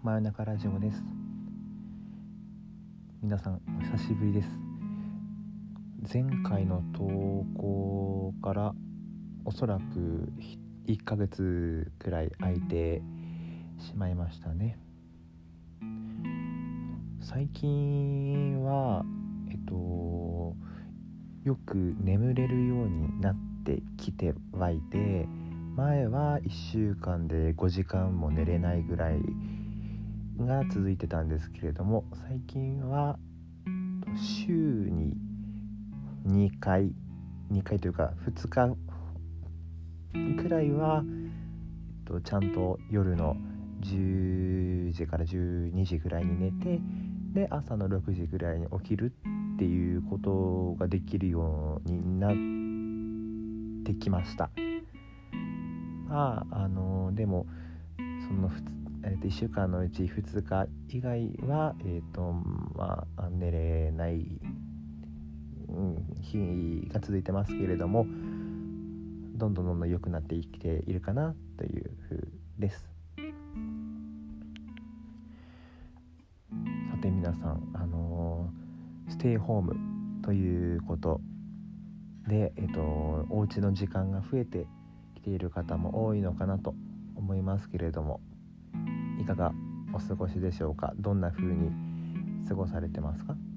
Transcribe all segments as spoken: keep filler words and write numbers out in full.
真夜中ラジオです。皆さんお久しぶりです。前回の投稿からおそらくいっかげつくらい空いてしまいましたね。最近はえっとよく眠れるようになってきてはいて、前はいっしゅうかんでごじかんも寝れないぐらいが続いてたんですけれども、最近は週ににかいにかいというかふつかくらいは、えっと、ちゃんと夜のじゅうじからじゅうにじぐらいに寝て、で朝のろくじぐらいに起きるっていうことができるようになってきました。まああのでもそのふつ、えー、といっしゅうかんのうちふつか以外は、えーとまあ、寝れない、うん、日が続いてますけれども、どんどんどんどん良くなってきているかなというふうです。さて皆さん、あのー、ステイホームということで、えっと、お家の時間が増えてきている方も多いのかなと思いますけれども、いかがお過ごしでしょうか。どんな風に過ごされてますか。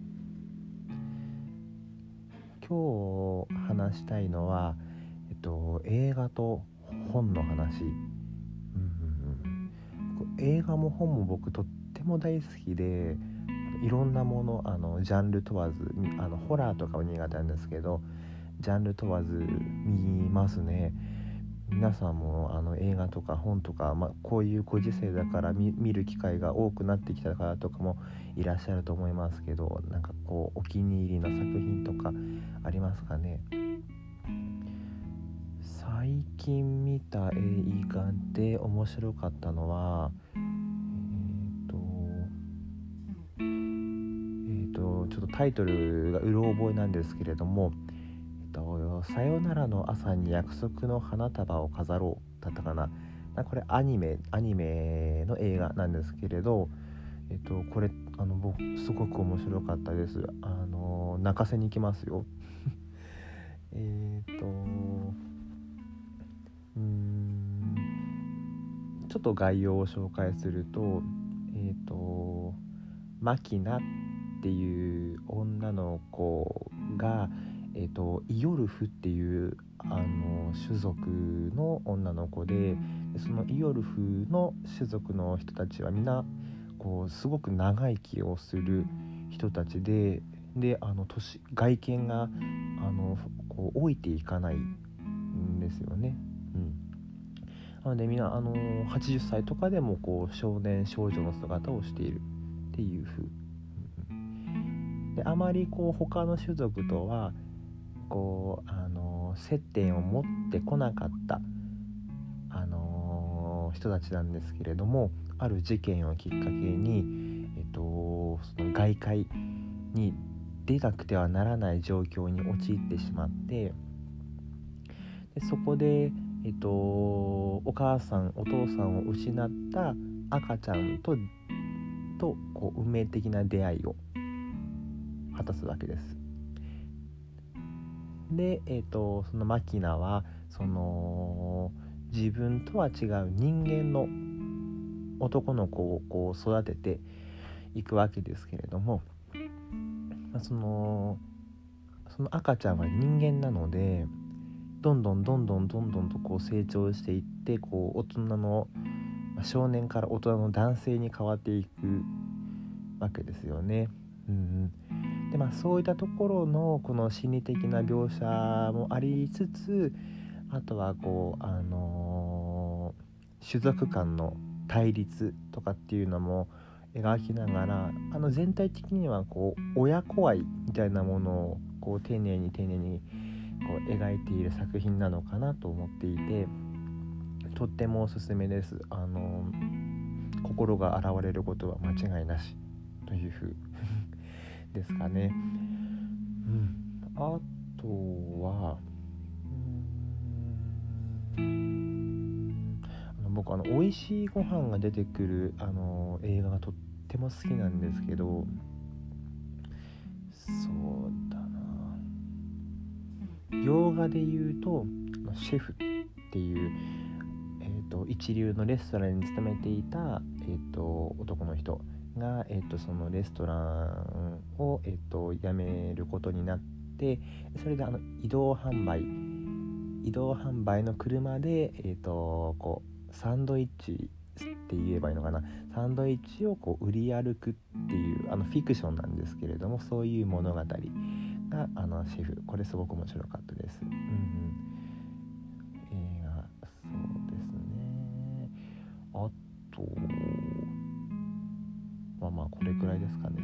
今日話したいのは、えっと、映画と本の話、うんうんうん、映画も本も僕とっても大好きで、いろんなもの、あのジャンル問わず、あのホラーとかは苦手なんですけど、ジャンル問わず見ますね。皆さんもあの映画とか本とか、まあ、こういうご時世だから見、見る機会が多くなってきた方とかもいらっしゃると思いますけど、なんかこうお気に入りの作品とかありますかね。最近見た映画で面白かったのは、えーとえーとちょっとタイトルがうろ覚えなんですけれども、えっと、さよならの朝に約束の花束を飾ろうだったかな。これアニメアニメの映画なんですけれど、えっとこれあの僕すごく面白かったです。あの泣かせに行きますよ。えっとうーんちょっと概要を紹介すると、えっとマキナっていう女の子が、えっとイオルフっていうあの種族の女の子で、そのイオルフの種族の人たちはみんなこうすごく長生きをする人たちで、であの年外見があのこう老いていかないんですよね。うんなのでみんなあのはちじゅっさいとかでもこう少年少女の姿をしているっていう風で、あまりこう他の種族とはこうあの接点を持ってこなかったあの人たちなんですけれども、ある事件をきっかけに、えっと、その外界に出なくてはならない状況に陥ってしまって、でそこで、えっと、お母さんお父さんを失った赤ちゃんととこう運命的な出会いを果たすわけです。で、えーと、そのマキナはその自分とは違う人間の男の子をこう育てていくわけですけれども、そのその赤ちゃんは人間なので、どんどんどんどんどんどんとこう成長していって、こう大人の少年から大人の男性に変わっていくわけですよね。うんでまあ、そういったところのこの心理的な描写もありつつ、あとはこう、あのー、種族間の対立とかっていうのも描きながら、あの全体的にはこう親子愛みたいなものをこう丁寧に丁寧にこう描いている作品なのかなと思っていて、とってもおすすめです。あのー、心が洗われることは間違いなしという風ですかね。うん、あとはうーんあの僕あの美味しいご飯が出てくるあの映画がとっても好きなんですけど、そうだな、洋画で言うとシェフっていう、えー、と一流のレストランに勤めていた、えー、と男の人が、えー、とそのレストランを、えー、と辞めることになって、それであの移動販売移動販売の車で、えー、とこうサンドイッチって言えばいいのかな、サンドイッチをこう売り歩くっていうあのフィクションなんですけれども、そういう物語があのシェフ、これすごく面白かったです。うん、うん、映画、そうですね。あとまあまあこれくらいですかね。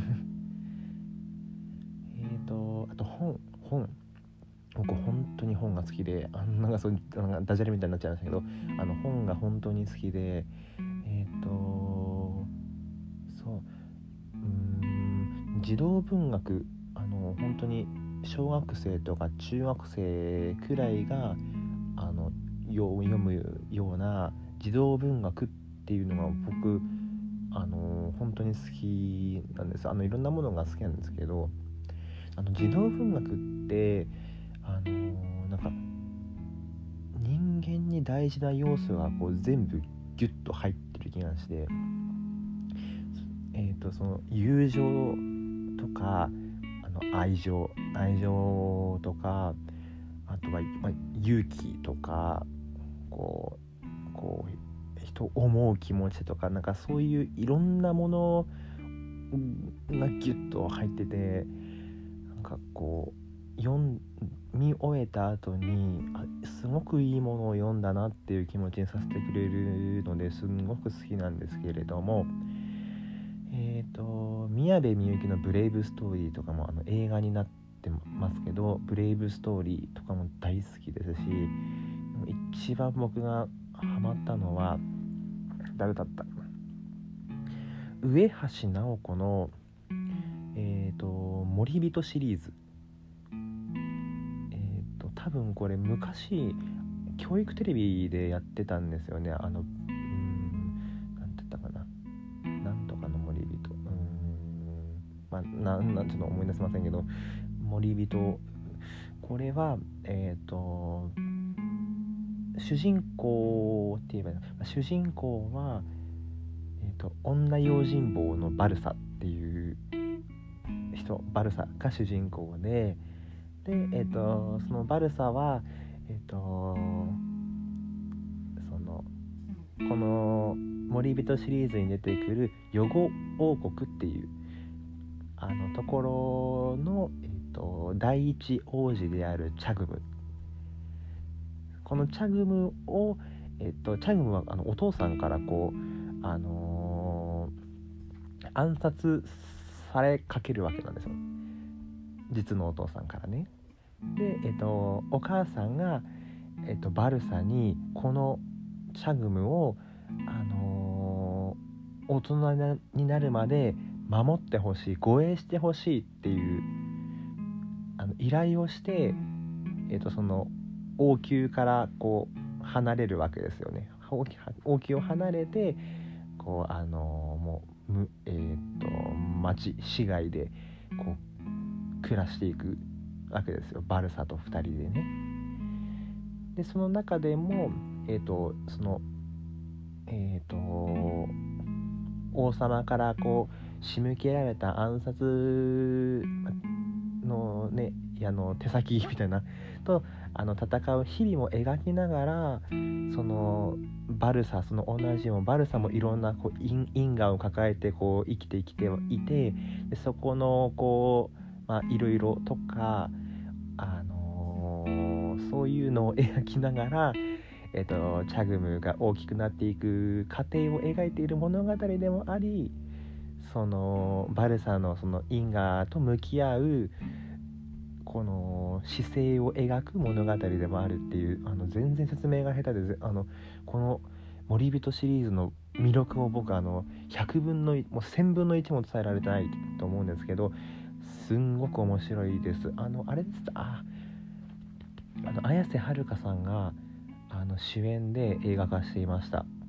えっとあと本本僕本当に本が好きで、あんなんかそうなんかダジャレみたいになっちゃいましたけど、あの本が本当に好きで、えっとそううーん児童文学、あの本当に小学生とか中学生くらいがあの読むような児童文学っていうのが僕あの本当に好きなんです。あのいろんなものが好きなんですけど、あの児童文学ってあのなんか人間に大事な要素がこう全部ギュッと入ってる気がして、えーとその友情とかあの愛情愛情とか、あとは、まあ、勇気とかこうこう人を思う気持ちとか、なんかそういういろんなものがギュッと入ってて、なんかこう読み終えた後にあすごくいいものを読んだなっていう気持ちにさせてくれるのですごく好きなんですけれども、えーと宮部みゆきのブレイブストーリーとかもあの映画になってますけど、ブレイブストーリーとかも大好きですし、一番僕がハマったのは誰だったかな、上橋直子のえーと森人シリーズ、えーと多分これ昔教育テレビでやってたんですよね。あのうーんなんて言ったかな、なんとかの森人、うーんまあなんなんちょっと思い出せませんけど、森人、これはえっ、ー、と主人公って言えばいいの、主人公は、えー、と女用心棒のバルサっていう人、バルサが主人公で、で、えー、とそのバルサは、えー、とそのこの森人シリーズに出てくるヨゴ王国っていうあのところの、えー、と第一王子であるチャグム、このチャグムを、えっと、チャグムはあのお父さんからこう、あのー暗殺されかけるわけなんですよ、実のお父さんからね。で、えっと、お母さんが、えっと、バルサにこのチャグムを、あのー大人になるまで守ってほしい、護衛してほしいっていうあの依頼をして、えっと、その王宮からこう離れるわけですよね。王宮を離れてこうあのもうむえー、っと町市街でこう暮らしていくわけですよ、バルサとふたりでね。でその中でもえー、っとそのえー、っと王様からこう仕向けられた暗殺のねあの手先みたいなとあの戦う日々も描きながら、そのバルサその同じようバルサもいろんなこう因因果を抱えてこう生きてきていて、でそこのこうまあいろいろとかあのー、そういうのを描きながら、えっとチャグムが大きくなっていく過程を描いている物語でもあり、そのバルサのその因果と向き合うこの姿勢を描く物語でもあるっていう、あの全然説明が下手で、あのこの森人シリーズの魅力を僕あのひゃくぶんのもうせんぶんのいちも伝えられてないと思うんですけど、すんごく面白いです。あのあれですああの綾瀬はるかさんがあの主演で映画化していました。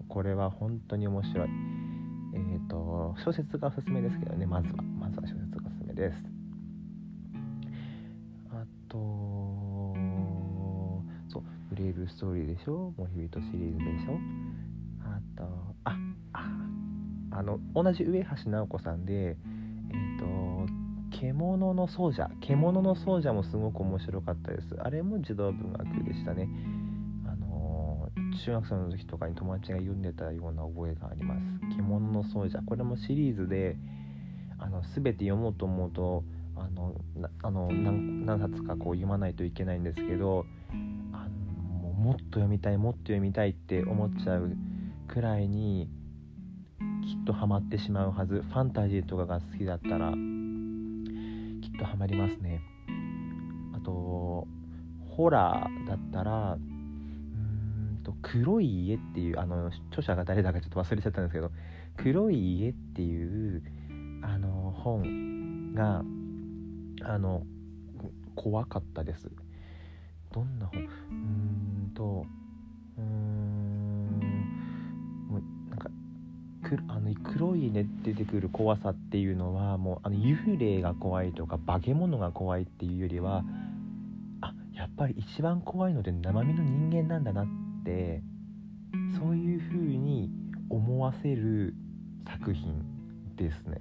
これは本当に面白い。えーと小説がおすすめですけどね。まずはまずは小説がおすすめです。あとそうブレイブストーリーでしょ、森人シリーズでしょ。あとあああの同じ上橋直子さんでえっ、と獣の奏者獣の奏者もすごく面白かったです。あれも児童文学でしたね。あのー、中学生の時とかに友達が読んでたような覚えがあります。獣の奏者、これもシリーズであの全て読もうと思うとあのなあの 何, 何冊かこう読まないといけないんですけど、あのもうもっと読みたいもっと読みたいって思っちゃうくらいにきっとハマってしまうはず。ファンタジーとかが好きだったらきっとハマりますね。あとホラーだったらうーんと黒い家っていう、あの著者が誰だかちょっと忘れちゃったんですけど、黒い家っていうあの本があの怖かったです。どんな本？うーんとうーんもうなんかくあの黒いね出てくる怖さっていうのはもうあの幽霊が怖いとか化け物が怖いっていうよりは、あやっぱり一番怖いので生身の人間なんだなって、そういう風に思わせる作品ですね。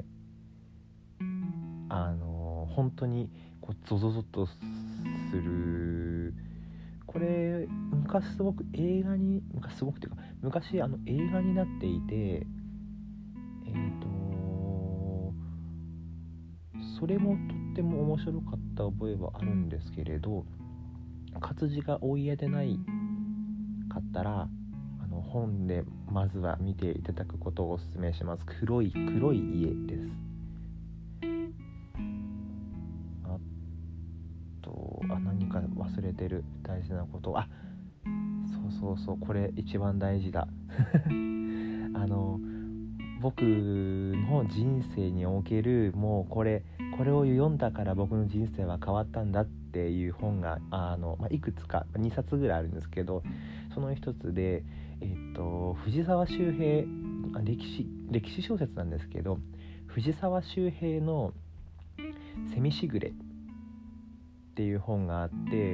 あの本当にこうゾゾゾッとする。これ昔すごく映画に昔すごくっていうか昔あの映画になっていて、えーとそれもとっても面白かった覚えはあるんですけれど、活字がお家でないかったらあの本でまずは見ていただくことをお勧めします。黒い黒い家です。あとあ何か忘れてる大事なこと、あそうそうそうこれ一番大事だあの僕の人生におけるもうこれこれを読んだから僕の人生は変わったんだっていう本があの、まあ、いくつかにさつぐらいあるんですけど、その一つで、えー、と藤沢周平歴史歴史小説なんですけど、藤沢周平のセミしぐれっていう本があって、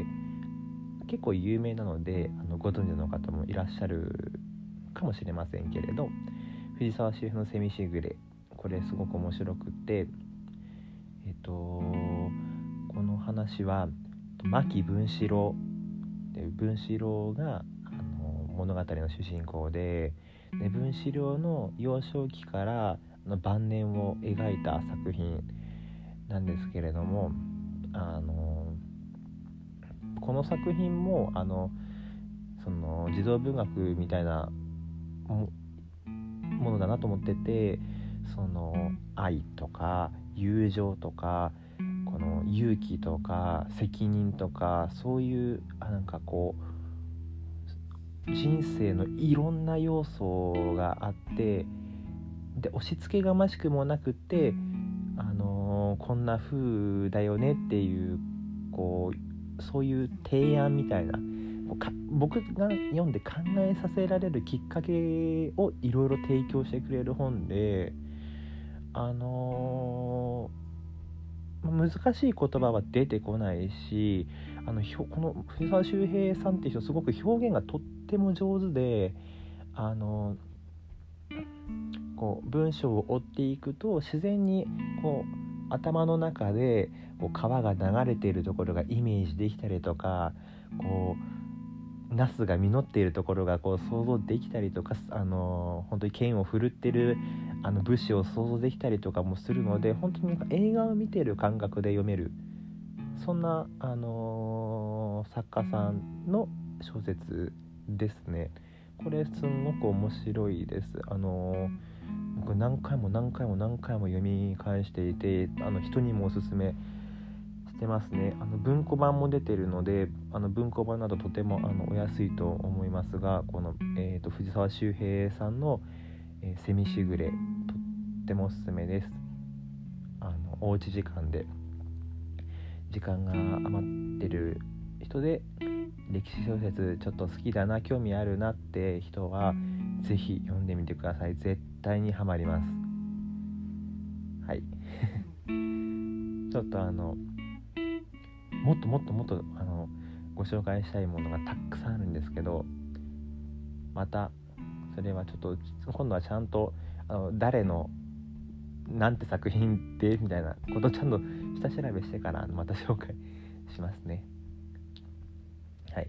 結構有名なのであのご存知の方もいらっしゃるかもしれませんけれど、藤沢周平のセミしぐれ、これすごく面白くって、えっとこの話は牧文四郎で文四郎があの物語の主人公で、で文四郎の幼少期からの晩年を描いた作品なんですけれども、あのこの作品もあのその児童文学みたいなもものだなと思ってて、その愛とか友情とかこの勇気とか責任とか、そういうあなんかこう人生のいろんな要素があって、で押し付けがましくもなくて、あのーこんな風だよねっていうこうそういう提案みたいな、か僕が読んで考えさせられるきっかけをいろいろ提供してくれる本で、あのー、難しい言葉は出てこないし、あのこの藤沢周平さんっていう人すごく表現がとっても上手で、あのー、こう文章を追っていくと自然にこう頭の中でこう川が流れているところがイメージできたりとか、こうナスが実っているところがこう想像できたりとか、あのー、本当に剣を振るってるあの武士を想像できたりとかもするので、本当になんか映画を見てる感覚で読める、そんな、あのー、作家さんの小説ですね。これすんごく面白いです。あのー、僕何回も何回も何回も読み返していて、あの人にもおすすめしてますね。あの文庫版も出てるので、あの文庫版などとてもあのお安いと思いますが、この、えーと、藤沢周平さんの、えー、セミしぐれとってもおすすめです。あのおうち時間で時間が余ってる人で歴史小説ちょっと好きだな興味あるなって人はぜひ読んでみてください。絶対にハマります。はいちょっとあのもっともっともっとあのご紹介したいものがたくさんあるんですけど、またそれはちょっと今度はちゃんとあの誰のなんて作品でみたいなことをちゃんと下調べしてからまた紹介しますね。はい。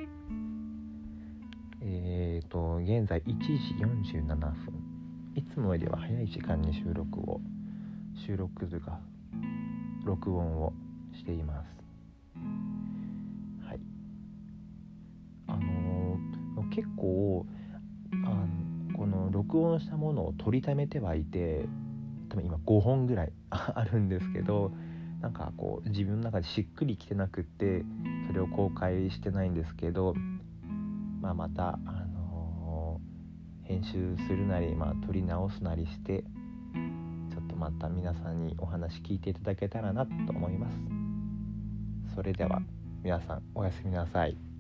えーと現在いちじよんじゅうななふん、いつもよりは早い時間に収録を収録というか録音をしています。はい。あのー、結構あのこの録音したものを取りためてはいて、多分今ごほんぐらいあるんですけど、なんかこう自分の中でしっくりきてなくってそれを公開してないんですけど、まあ、また、あのー、編集するなり、まあ、撮り直すなりしてちょっとまた皆さんにお話聞いていただけたらなと思います。それでは皆さんおやすみなさい。